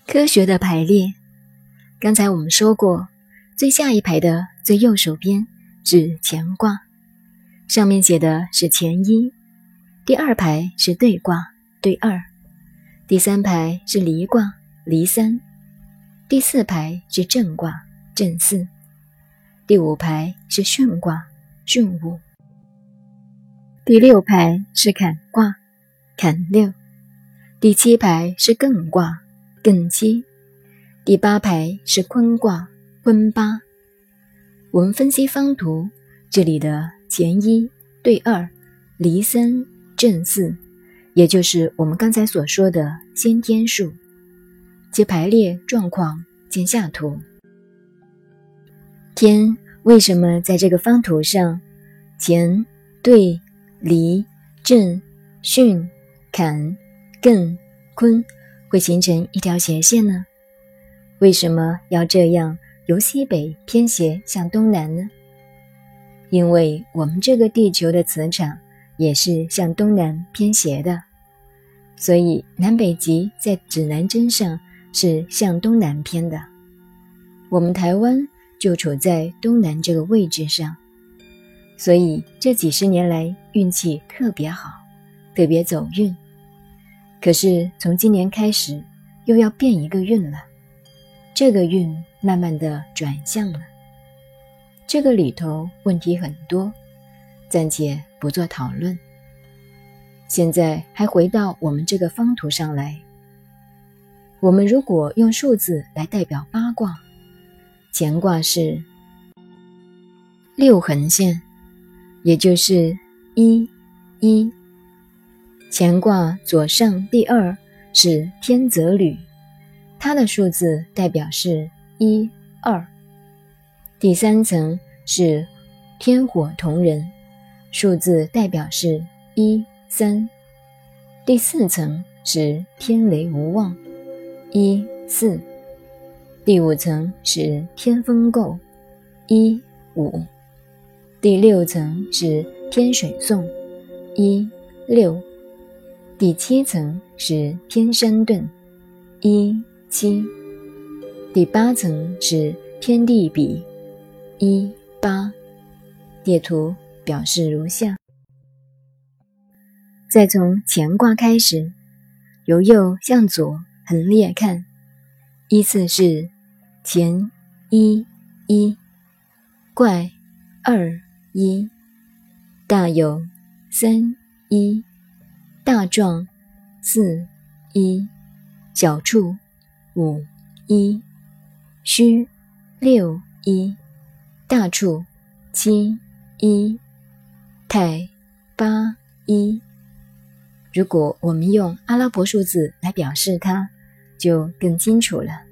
科学的排列，刚才我们说过，最下一排的最右手边是乾卦，上面写的是乾一，第二排是兑卦，兑二，第三排是离卦，离三，第四排是震卦，震四，第五排是巽卦，巽五，第六排是坎卦，坎六，第七排是艮卦，艮七，第八排是坤卦，坤八。我们分析方图，这里的乾一、兑二、离三、震四，也就是我们刚才所说的先天数，其排列状况见下图。天为什么在这个方图上，乾、兑、离、震、巽、坎、艮、坤会形成一条斜线呢？为什么要这样由西北偏斜向东南呢？因为我们这个地球的磁场也是向东南偏斜的，所以南北极在指南针上是向东南偏的。我们台湾就处在东南这个位置上，所以这几十年来运气特别好，特别走运。可是从今年开始又要变一个运了，这个运慢慢的转向了。这个里头问题很多，暂且不做讨论。现在还回到我们这个方图上来，我们如果用数字来代表八卦，乾卦是6横线，也就是1、1。乾卦左上第二是天泽履，它的数字代表是1、2。第三层是天火同人，数字代表是1、3。第四层是天雷无妄，1、4。第五层是天风姤，1、5。第六层是天水讼，1、6。第七层是天山遁，1、7。第八层是天地比，1、8。列图表示如下。再从乾卦开始，由右向左横列看，依次是乾1、1，怪2、1，大有3、1，大壮4、1，小畜5、1，虚6、1，大畜7、1，太8、1。如果我们用阿拉伯数字来表示它，就更清楚了。